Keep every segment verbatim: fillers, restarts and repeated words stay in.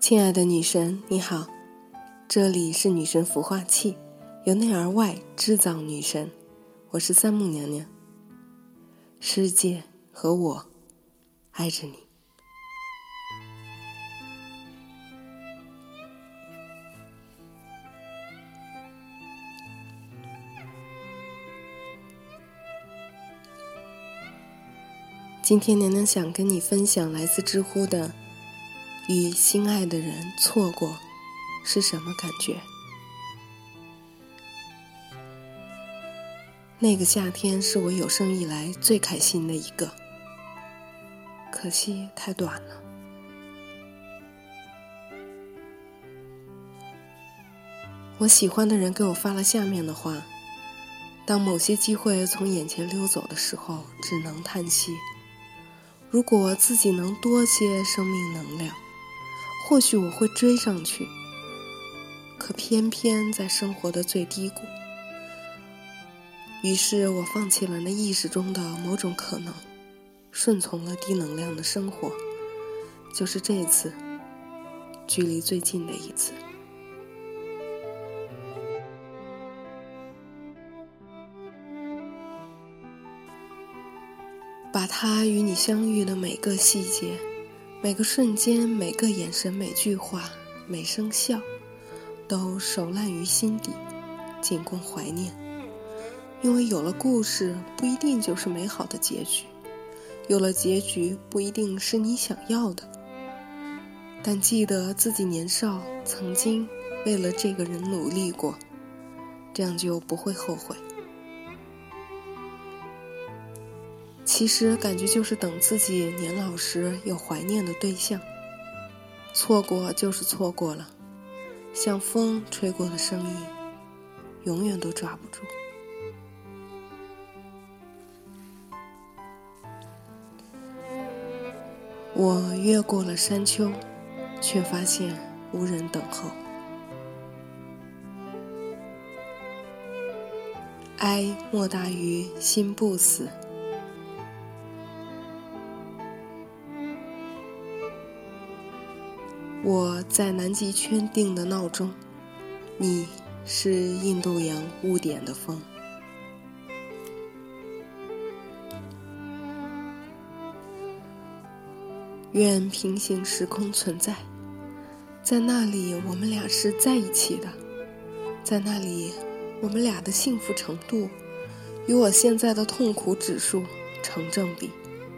亲爱的女神，你好，这里是女神孵化器，由内而外制造女神，我是三木娘娘。世界和我爱着你。今天娘娘想跟你分享来自知乎的与心爱的人错过是什么感觉。那个夏天是我有生以来最开心的一个，可惜太短了。我喜欢的人给我发了下面的话：当某些机会从眼前溜走的时候，只能叹息。如果自己能多些生命能量，或许我会追上去，可偏偏在生活的最低谷。于是我放弃了那意识中的某种可能，顺从了低能量的生活，就是这次距离最近的一次。把它与你相遇的每个细节，每个瞬间，每个眼神，每句话，每声笑，都熟烂于心底，仅供怀念。因为有了故事，不一定就是美好的结局，有了结局，不一定是你想要的。但记得自己年少曾经为了这个人努力过，这样就不会后悔。其实感觉就是等自己年老时有怀念的对象，错过就是错过了，像风吹过的声音，永远都抓不住。我越过了山丘，却发现无人等候。哀莫大于心不死。我在南极圈定的闹钟，你是印度洋误点的风。愿平行时空存在，在那里我们俩是在一起的，在那里我们俩的幸福程度与我现在的痛苦指数成正比。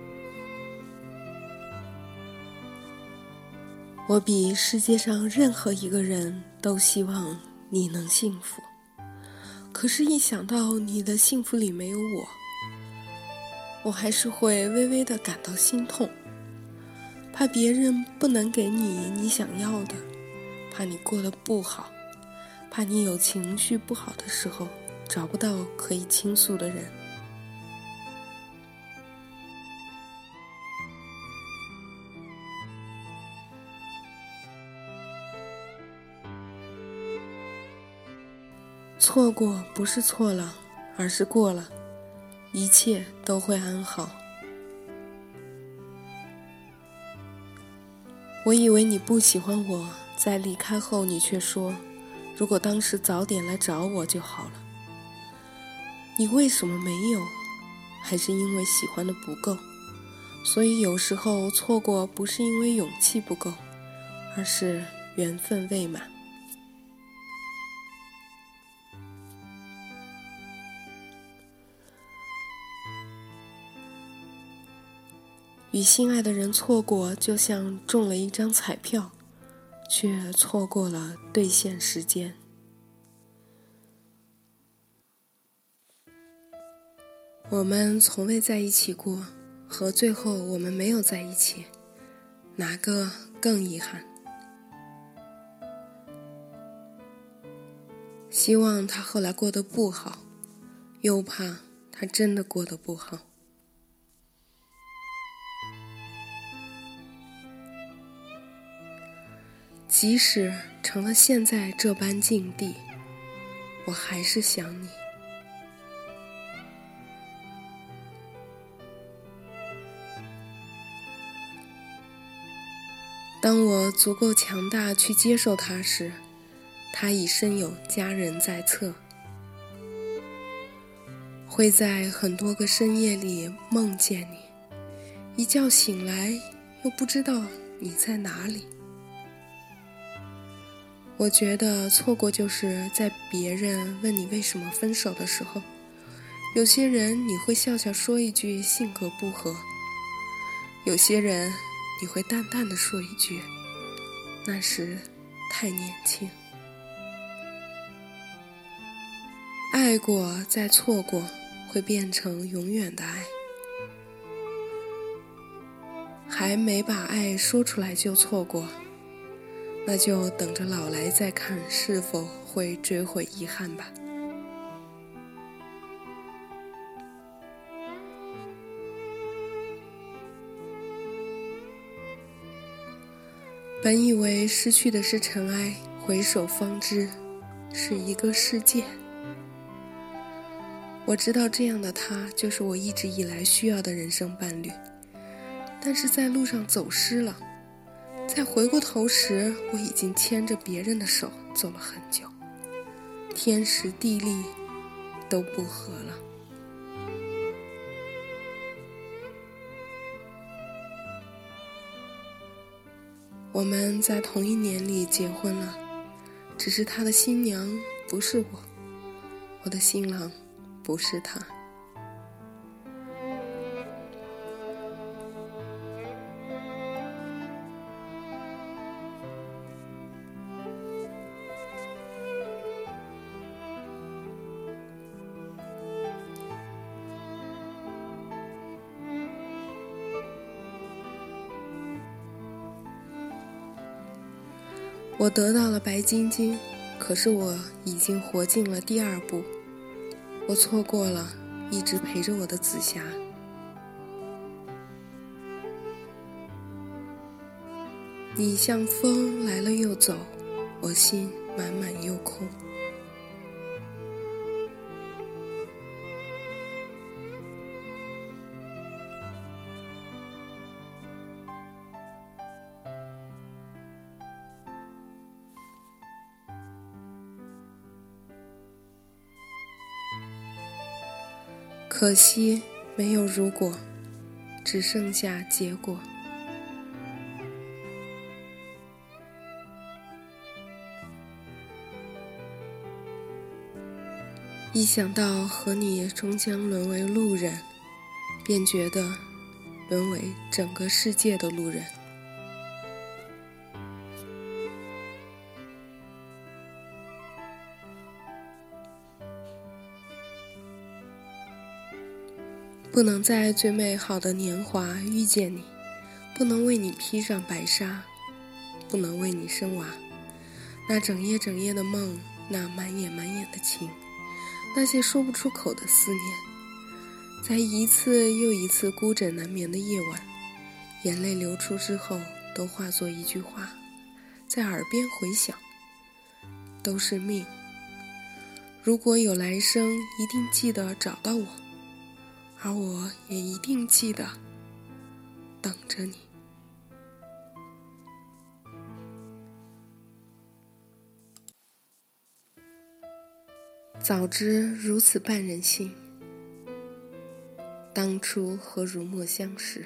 我比世界上任何一个人都希望你能幸福，可是一想到你的幸福里没有我，我还是会微微地感到心痛，怕别人不能给你你想要的，怕你过得不好，怕你有情绪不好的时候找不到可以倾诉的人。错过不是错了，而是过了，一切都会安好。我以为你不喜欢我，在离开后你却说，如果当时早点来找我就好了。你为什么没有？还是因为喜欢的不够？所以有时候错过不是因为勇气不够，而是缘分未满。与心爱的人错过，就像中了一张彩票，却错过了兑现时间。我们从未在一起过，和最后我们没有在一起，哪个更遗憾？希望他后来过得不好，又怕他真的过得不好。即使成了现在这般境地，我还是想你。 当我足够强大去接受它时，它已身有佳人在侧。会在很多个深夜里梦见你，一觉醒来又不知道你在哪里。我觉得错过就是在别人问你为什么分手的时候，有些人你会笑笑说一句性格不合，有些人你会淡淡的说一句那时太年轻。爱过再错过，会变成永远的爱。还没把爱说出来就错过，那就等着老来再看是否会追悔遗憾吧。本以为失去的是尘埃，回首方知是一个世界。我知道这样的他就是我一直以来需要的人生伴侣，但是在路上走失了，在回过头时，我已经牵着别人的手走了很久，天时地利都不合了。我们在同一年里结婚了，只是他的新娘不是我，我的新郎不是他。我得到了白晶晶，可是我已经活进了第二部，我错过了一直陪着我的紫霞。你像风来了又走，我心满满又空。可惜没有如果，只剩下结果。一想到和你终将沦为路人，便觉得沦为整个世界的路人。不能在最美好的年华遇见你，不能为你披上白纱，不能为你生娃。那整夜整夜的梦，那满眼满眼的情，那些说不出口的思念，在一次又一次孤枕难眠的夜晚，眼泪流出之后，都化作一句话，在耳边回响，都是命。如果有来生，一定记得找到我，而我也一定记得等着你。早知如此绊人心，当初何如莫相识。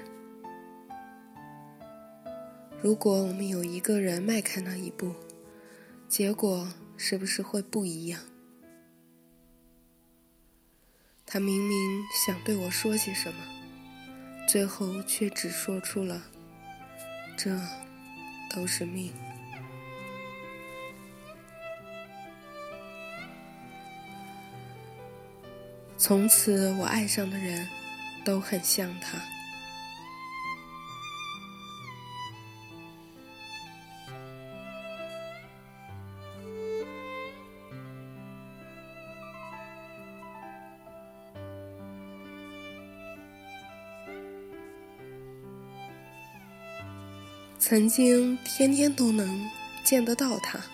如果我们有一个人迈开那一步，结果是不是会不一样？他明明想对我说些什么，最后却只说出了这都是命。从此我爱上的人都很像他。曾经天天都能见得到他，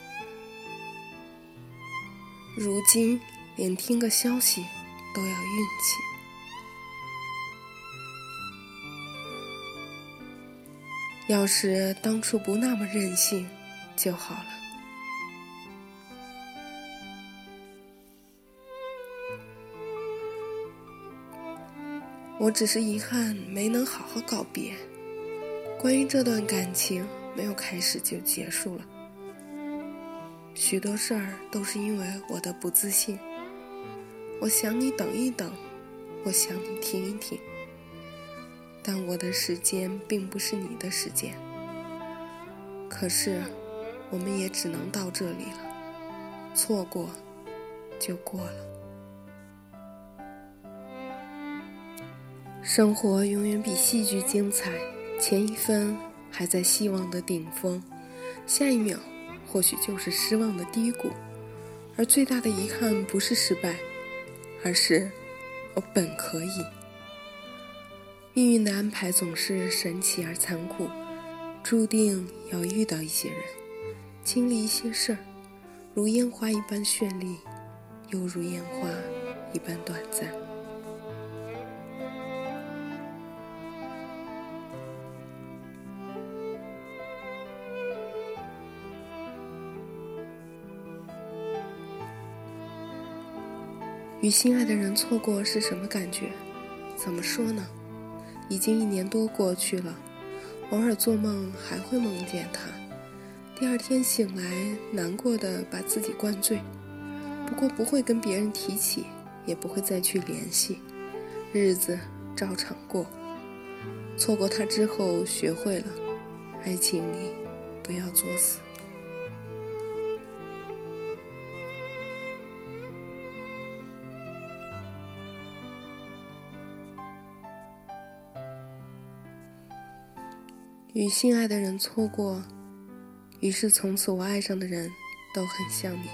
如今连听个消息都要运气。 要是当初不那么任性就好了。我只是遗憾没能好好告别，关于这段感情没有开始就结束了。许多事儿都是因为我的不自信。我想你等一等，我想你停一停，但我的时间并不是你的时间。可是我们也只能到这里了，错过就过了。生活永远比戏剧精彩，前一分还在希望的顶峰，下一秒或许就是失望的低谷。而最大的遗憾不是失败，而是我本可以。命运的安排总是神奇而残酷，注定要遇到一些人，经历一些事儿，如烟花一般绚丽，又如烟花一般短暂。与心爱的人错过是什么感觉？怎么说呢？已经一年多过去了，偶尔做梦还会梦见他，第二天醒来难过的把自己灌醉，不过不会跟别人提起，也不会再去联系，日子照常过。错过他之后学会了，爱情里不要作死。与心爱的人错过，于是从此我爱上的人都很像你。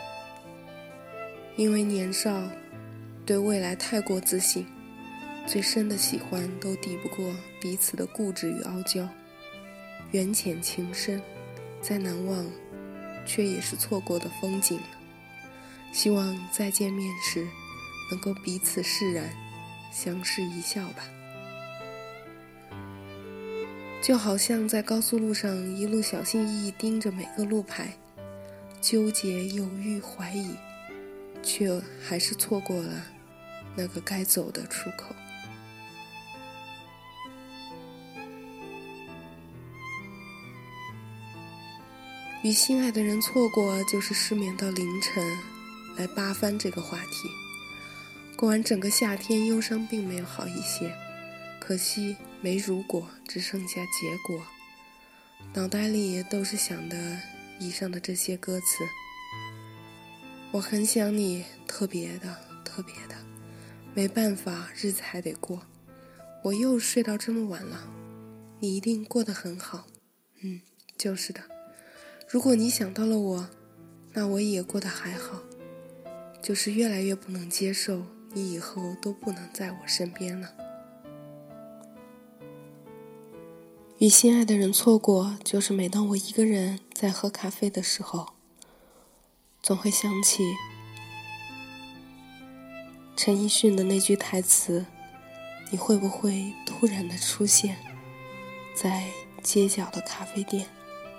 因为年少，对未来太过自信，最深的喜欢都抵不过彼此的固执与傲娇。缘浅情深，再难忘，却也是错过的风景了。希望再见面时，能够彼此释然，相视一笑吧。就好像在高速路上一路小心翼翼盯着每个路牌，纠结犹豫怀疑，却还是错过了那个该走的出口。与心爱的人错过，就是失眠到凌晨来扒翻这个话题。过完整个夏天，忧伤并没有好一些，可惜没如果，只剩下结果。脑袋里都是想的以上的这些歌词。我很想你，特别的特别的，没办法，日子还得过。我又睡到这么晚了，你一定过得很好。嗯，就是的。如果你想到了我，那我也过得还好，就是越来越不能接受你以后都不能在我身边了。与心爱的人错过，就是每当我一个人在喝咖啡的时候，总会想起陈奕迅的那句台词，你会不会突然的出现在街角的咖啡店。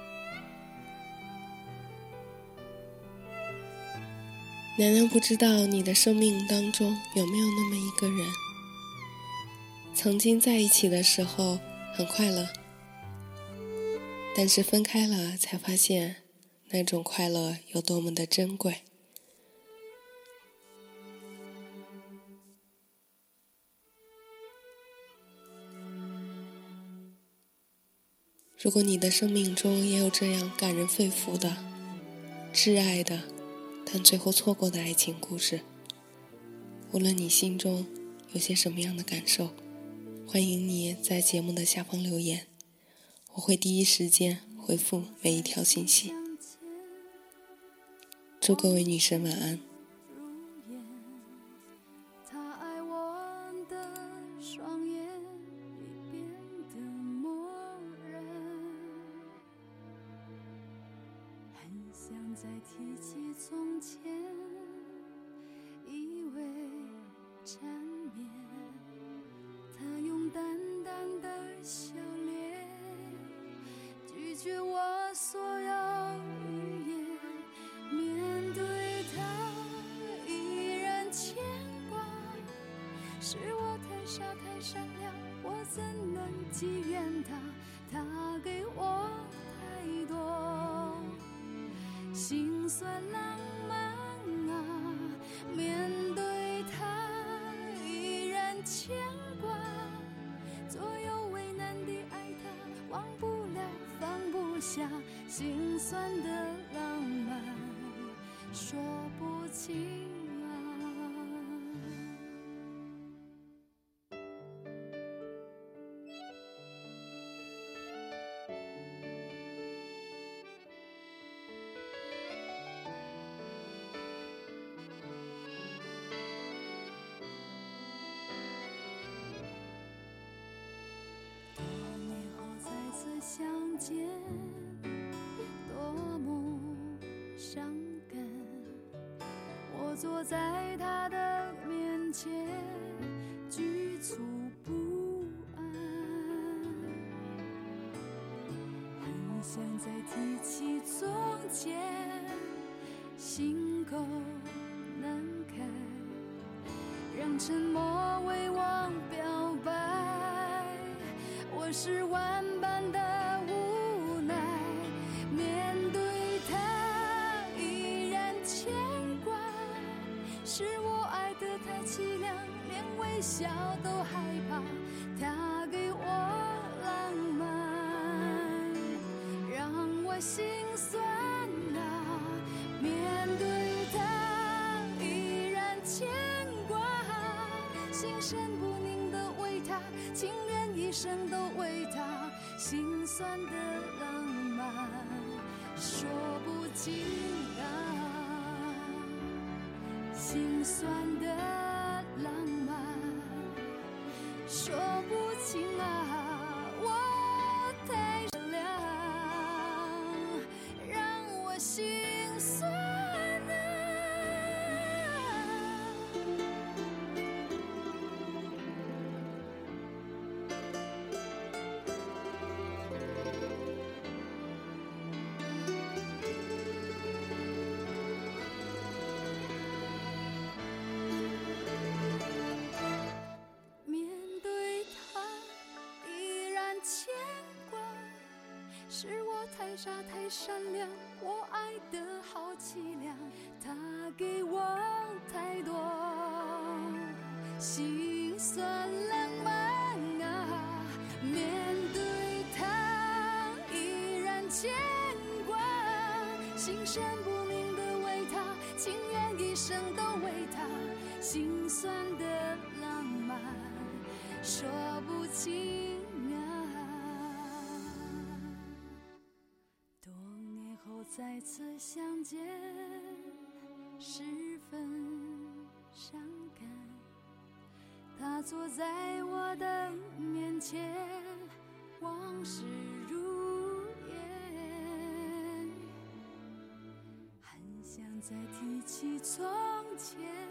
娘娘不知道你的生命当中有没有那么一个人，曾经在一起的时候很快乐，但是分开了才发现那种快乐有多么的珍贵。如果你的生命中也有这样感人肺腑的、挚爱的，但最后错过的爱情故事，无论你心中有些什么样的感受，欢迎你在节目的下方留言，我会第一时间回复每一条信息。祝各位女神晚安。 再提起从前，以为缠绵，他用淡淡的笑脸是我太傻太善良，我怎能寄怨他？他给我太多心酸浪漫啊，面对他依然牵挂，左右为难的爱他，忘不了放不下，心酸的浪漫说不清。相见多么伤感，我坐在他的面前局促不安，很想再提起从前，心口难开，让沉默为我表白，我是万般的无奈，面对他依然牵挂，是我爱得太凄凉，连微笑都害怕，他给我浪漫让我心酸啊，面对他依然牵挂，心神不宁的为他，情愿一生都为他，心酸的浪漫说不尽啊，心酸的浪漫说不尽啊，我太善良，让我心酸啊。是我太傻太善良，我爱得好凄凉，他给我太多心酸浪漫啊，面对他依然牵挂，心神不宁的为他，情愿一生都为他，心酸的浪漫说不清啊。再次相见，十分伤感。他坐在我的面前，往事如烟，很想再提起从前，